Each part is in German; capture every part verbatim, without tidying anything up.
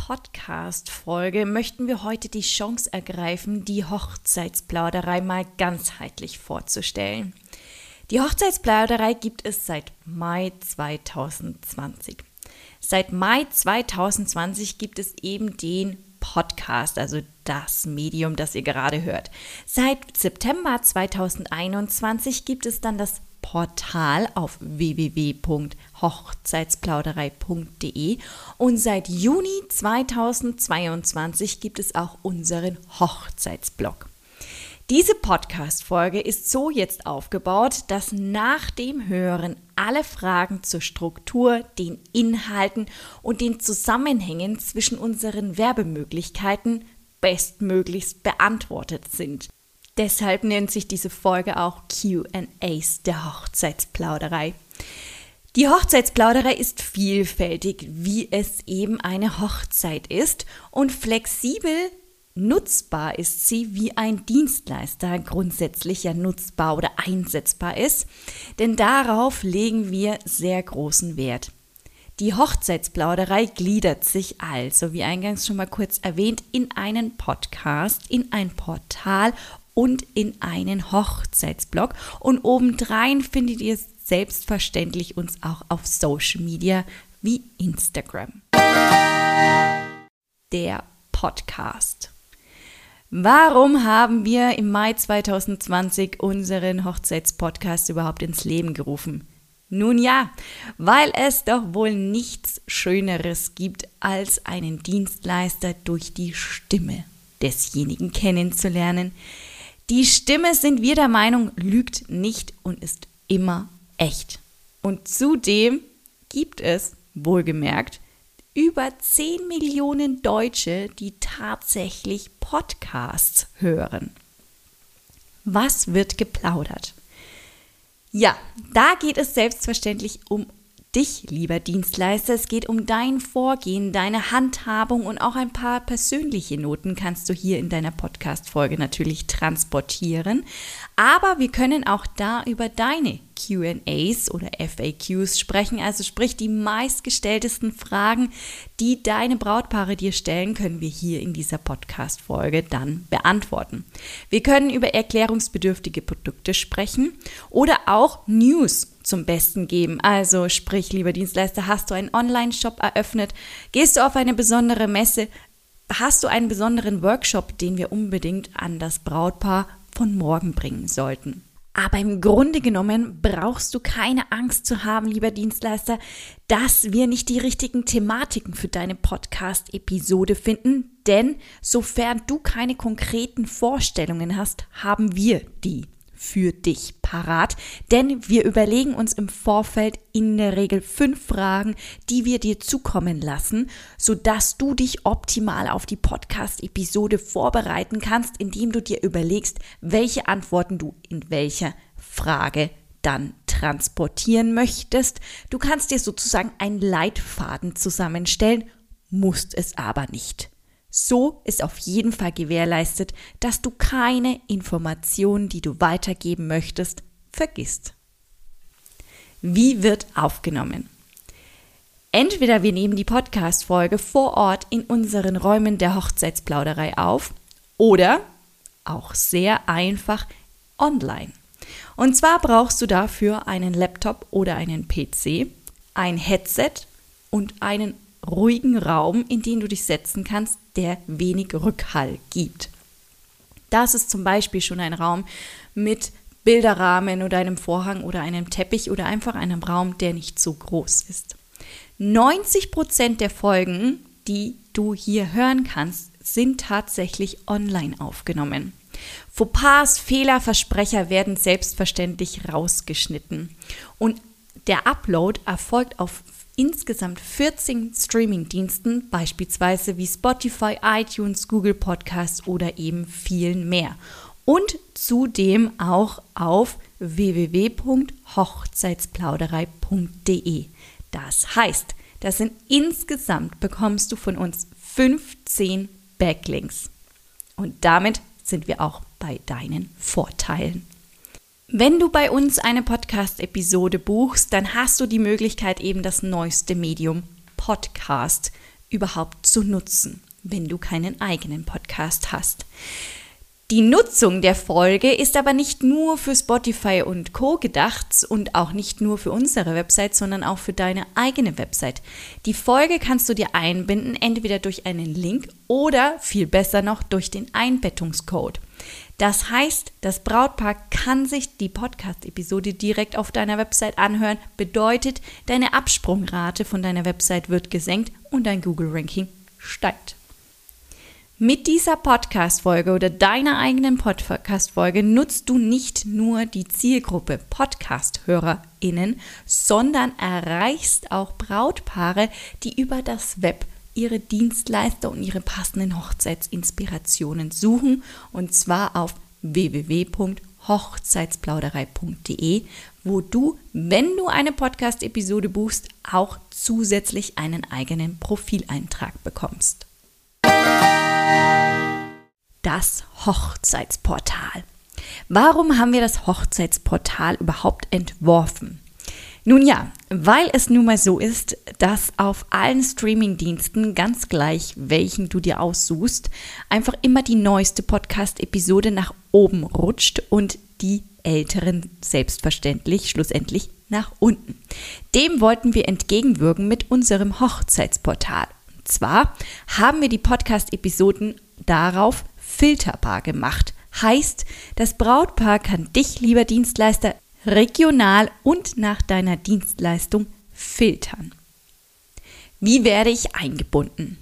Podcast-Folge möchten wir heute die Chance ergreifen, die Hochzeitsplauderei mal ganzheitlich vorzustellen. Die Hochzeitsplauderei gibt es seit Mai zweitausendzwanzig. Seit Mai zweitausendzwanzig gibt es eben den Podcast, also das Medium, das ihr gerade hört. Seit September zweitausendeinundzwanzig gibt es dann das Portal auf w w w punkt hochzeitsplauderei punkt d e und seit Juni zweitausendzweiundzwanzig gibt es auch unseren Hochzeitsblog. Diese Podcast-Folge ist so jetzt aufgebaut, dass nach dem Hören alle Fragen zur Struktur, den Inhalten und den Zusammenhängen zwischen unseren Werbemöglichkeiten bestmöglichst beantwortet sind. Deshalb nennt sich diese Folge auch Q and A's der Hochzeitsplauderei. Die Hochzeitsplauderei ist vielfältig, wie es eben eine Hochzeit ist, und flexibel nutzbar ist sie, wie ein Dienstleister grundsätzlich ja nutzbar oder einsetzbar ist, denn darauf legen wir sehr großen Wert. Die Hochzeitsplauderei gliedert sich also, wie eingangs schon mal kurz erwähnt, in einen Podcast, in ein Portal und in einen Hochzeitsblog, und obendrein findet ihr selbstverständlich uns auch auf Social Media wie Instagram. Der Podcast. Warum haben wir im Mai zweitausendzwanzig unseren Hochzeitspodcast überhaupt ins Leben gerufen? Nun ja, weil es doch wohl nichts Schöneres gibt, als einen Dienstleister durch die Stimme desjenigen kennenzulernen. Die Stimme, sind wir der Meinung, lügt nicht und ist immer echt. Und zudem gibt es, wohlgemerkt, über zehn Millionen Deutsche, die tatsächlich Podcasts hören. Was wird geplaudert? Ja, da geht es selbstverständlich um dich, lieber Dienstleister. Es geht um dein Vorgehen, deine Handhabung, und auch ein paar persönliche Noten kannst du hier in deiner Podcast-Folge natürlich transportieren. Aber wir können auch da über deine Q and A's oder F A Qs sprechen, also sprich die meistgestelltesten Fragen, die deine Brautpaare dir stellen, können wir hier in dieser Podcast-Folge dann beantworten. Wir können über erklärungsbedürftige Produkte sprechen oder auch News zum Besten geben. Also sprich, lieber Dienstleister, hast du einen Online-Shop eröffnet? Gehst du auf eine besondere Messe? Hast du einen besonderen Workshop, den wir unbedingt an das Brautpaar von morgen bringen sollten? Aber im Grunde genommen brauchst du keine Angst zu haben, lieber Dienstleister, dass wir nicht die richtigen Thematiken für deine Podcast-Episode finden, denn sofern du keine konkreten Vorstellungen hast, haben wir die für dich parat, denn wir überlegen uns im Vorfeld in der Regel fünf Fragen, die wir dir zukommen lassen, sodass du dich optimal auf die Podcast-Episode vorbereiten kannst, indem du dir überlegst, welche Antworten du in welcher Frage dann transportieren möchtest. Du kannst dir sozusagen einen Leitfaden zusammenstellen, musst es aber nicht. So ist auf jeden Fall gewährleistet, dass du keine Informationen, die du weitergeben möchtest, vergisst. Wie wird aufgenommen? Entweder wir nehmen die Podcast-Folge vor Ort in unseren Räumen der Hochzeitsplauderei auf oder, auch sehr einfach, online. Und zwar brauchst du dafür einen Laptop oder einen P C, ein Headset und einen ruhigen Raum, in den du dich setzen kannst, der wenig Rückhall gibt. Das ist zum Beispiel schon ein Raum mit Bilderrahmen oder einem Vorhang oder einem Teppich oder einfach einem Raum, der nicht so groß ist. neunzig Prozent der Folgen, die du hier hören kannst, sind tatsächlich online aufgenommen. Fauxpas, Fehler, Versprecher werden selbstverständlich rausgeschnitten. Und der Upload erfolgt auf insgesamt vierzehn Streaming-Diensten, beispielsweise wie Spotify, iTunes, Google Podcasts oder eben vielen mehr. Und zudem auch auf w w w punkt hochzeitsplauderei punkt d e. Das heißt, das sind insgesamt bekommst du von uns fünfzehn Backlinks. Und damit sind wir auch bei deinen Vorteilen. Wenn du bei uns eine Podcast-Episode buchst, dann hast du die Möglichkeit, eben das neueste Medium Podcast überhaupt zu nutzen, wenn du keinen eigenen Podcast hast. Die Nutzung der Folge ist aber nicht nur für Spotify und Co. gedacht und auch nicht nur für unsere Website, sondern auch für deine eigene Website. Die Folge kannst du dir einbinden, entweder durch einen Link oder viel besser noch durch den Einbettungscode. Das heißt, das Brautpaar kann sich die Podcast-Episode direkt auf deiner Website anhören, bedeutet, deine Absprungrate von deiner Website wird gesenkt und dein Google-Ranking steigt. Mit dieser Podcast-Folge oder deiner eigenen Podcast-Folge nutzt du nicht nur die Zielgruppe Podcast-HörerInnen, sondern erreichst auch Brautpaare, die über das Web ihre Dienstleister und ihre passenden Hochzeitsinspirationen suchen, und zwar auf w w w punkt hochzeitsplauderei punkt d e, wo du, wenn du eine Podcast-Episode buchst, auch zusätzlich einen eigenen Profileintrag bekommst. Das Hochzeitsportal. Warum haben wir das Hochzeitsportal überhaupt entworfen? Nun ja, weil es nun mal so ist, dass auf allen Streamingdiensten, ganz gleich welchen du dir aussuchst, einfach immer die neueste Podcast-Episode nach oben rutscht und die älteren selbstverständlich schlussendlich nach unten. Dem wollten wir entgegenwirken mit unserem Hochzeitsportal. Und zwar haben wir die Podcast-Episoden darauf filterbar gemacht. Heißt, das Brautpaar kann dich, lieber Dienstleister, regional und nach deiner Dienstleistung filtern. Wie werde ich eingebunden?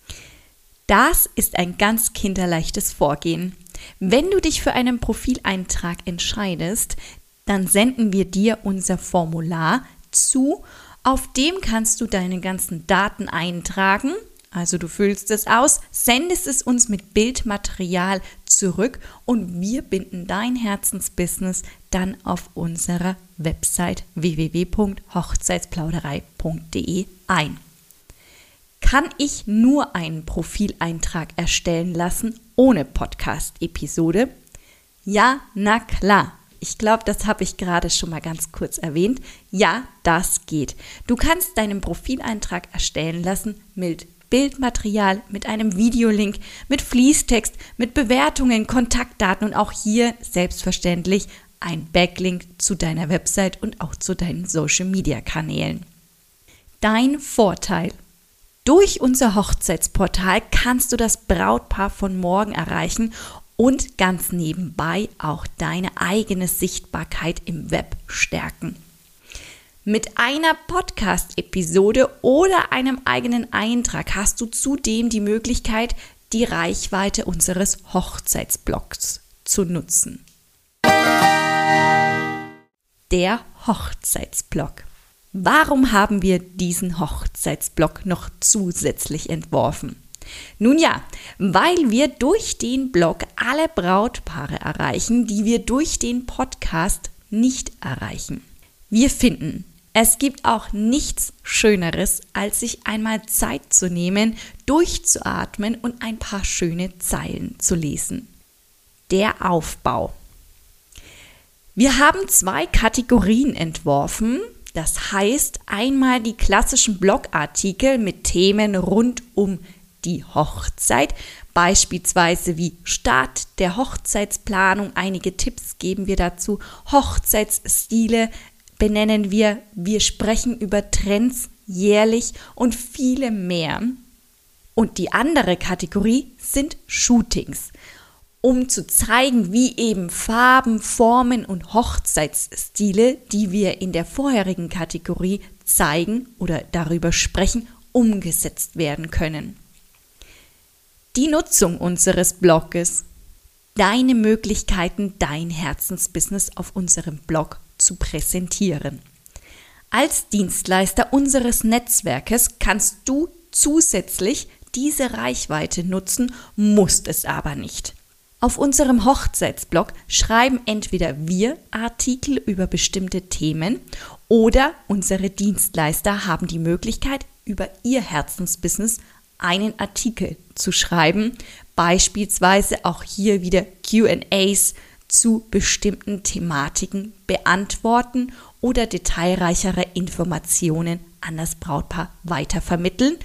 Das ist ein ganz kinderleichtes Vorgehen. Wenn du dich für einen Profileintrag entscheidest, dann senden wir dir unser Formular zu. Auf dem kannst du deine ganzen Daten eintragen. Also du füllst es aus, sendest es uns mit Bildmaterial zurück und wir binden dein Herzensbusiness dann auf unserer Website w w w punkt hochzeitsplauderei punkt d e ein. Kann ich nur einen Profileintrag erstellen lassen ohne Podcast-Episode? Ja, na klar. Ich glaube, das habe ich gerade schon mal ganz kurz erwähnt. Ja, das geht. Du kannst deinen Profileintrag erstellen lassen mit Bildmaterial, mit einem Videolink, mit Fließtext, mit Bewertungen, Kontaktdaten und auch hier selbstverständlich ein Backlink zu deiner Website und auch zu deinen Social-Media-Kanälen. Dein Vorteil: Durch unser Hochzeitsportal kannst du das Brautpaar von morgen erreichen und ganz nebenbei auch deine eigene Sichtbarkeit im Web stärken. Mit einer Podcast-Episode oder einem eigenen Eintrag hast du zudem die Möglichkeit, die Reichweite unseres Hochzeitsblogs zu nutzen. Der Hochzeitsblog. Warum haben wir diesen Hochzeitsblog noch zusätzlich entworfen? Nun ja, weil wir durch den Blog alle Brautpaare erreichen, die wir durch den Podcast nicht erreichen. Wir finden, es gibt auch nichts Schöneres, als sich einmal Zeit zu nehmen, durchzuatmen und ein paar schöne Zeilen zu lesen. Der Aufbau. Wir haben zwei Kategorien entworfen. Das heißt, einmal die klassischen Blogartikel mit Themen rund um die Hochzeit, beispielsweise wie Start der Hochzeitsplanung. Einige Tipps geben wir dazu. Hochzeitsstile benennen wir, wir sprechen über Trends jährlich und viele mehr. Und die andere Kategorie sind Shootings, um zu zeigen, wie eben Farben, Formen und Hochzeitsstile, die wir in der vorherigen Kategorie zeigen oder darüber sprechen, umgesetzt werden können. Die Nutzung unseres Blogs, deine Möglichkeiten, dein Herzensbusiness auf unserem Blog zu präsentieren. Als Dienstleister unseres Netzwerkes kannst du zusätzlich diese Reichweite nutzen, musst es aber nicht. Auf unserem Hochzeitsblog schreiben entweder wir Artikel über bestimmte Themen oder unsere Dienstleister haben die Möglichkeit, über ihr Herzensbusiness einen Artikel zu schreiben, beispielsweise auch hier wieder Q and A's zu bestimmten Thematiken beantworten oder detailreichere Informationen an das Brautpaar weitervermitteln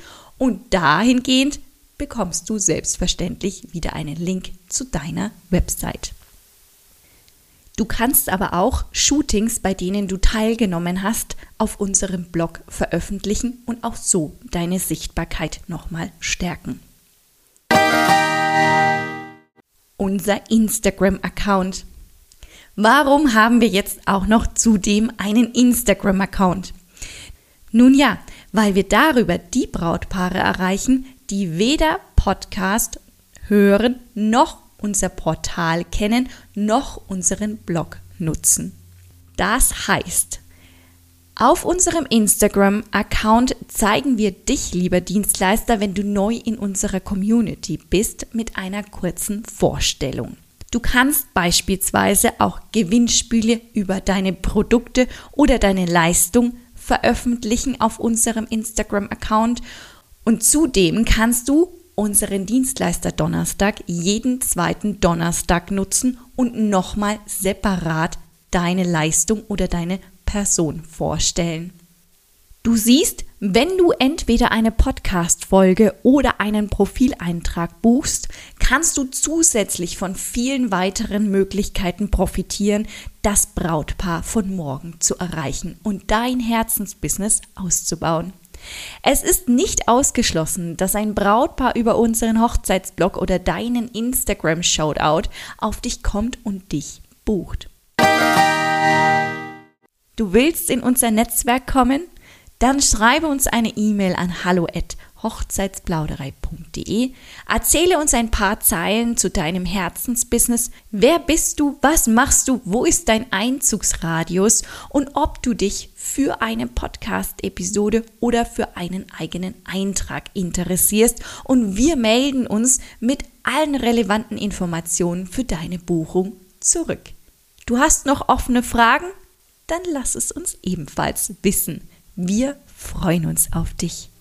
Und dahingehend bekommst du selbstverständlich wieder einen Link zu deiner Website. Du kannst aber auch Shootings, bei denen du teilgenommen hast, auf unserem Blog veröffentlichen und auch so deine Sichtbarkeit nochmal stärken. Unser Instagram-Account. Warum haben wir jetzt auch noch zudem einen Instagram-Account? Nun ja, weil wir darüber die Brautpaare erreichen, die weder Podcast hören noch unser Portal kennen, noch unseren Blog nutzen. Das heißt, auf unserem Instagram-Account zeigen wir dich, lieber Dienstleister, wenn du neu in unserer Community bist, mit einer kurzen Vorstellung. Du kannst beispielsweise auch Gewinnspiele über deine Produkte oder deine Leistung veröffentlichen auf unserem Instagram-Account und zudem kannst du unseren Dienstleister Donnerstag jeden zweiten Donnerstag nutzen und nochmal separat deine Leistung oder deine Person vorstellen. Du siehst, wenn du entweder eine Podcast-Folge oder einen Profileintrag buchst, kannst du zusätzlich von vielen weiteren Möglichkeiten profitieren, das Brautpaar von morgen zu erreichen und dein Herzensbusiness auszubauen. Es ist nicht ausgeschlossen, dass ein Brautpaar über unseren Hochzeitsblog oder deinen Instagram-Shoutout auf dich kommt und dich bucht. Du willst in unser Netzwerk kommen? Dann schreibe uns eine E-Mail an hallo at hochzeitsplauderei punkt de, erzähle uns ein paar Zeilen zu deinem Herzensbusiness. Wer bist du? Was machst du? Wo ist dein Einzugsradius? Und ob du dich für eine Podcast-Episode oder für einen eigenen Eintrag interessierst. Und wir melden uns mit allen relevanten Informationen für deine Buchung zurück. Du hast noch offene Fragen? Dann lass es uns ebenfalls wissen. Wir freuen uns auf dich.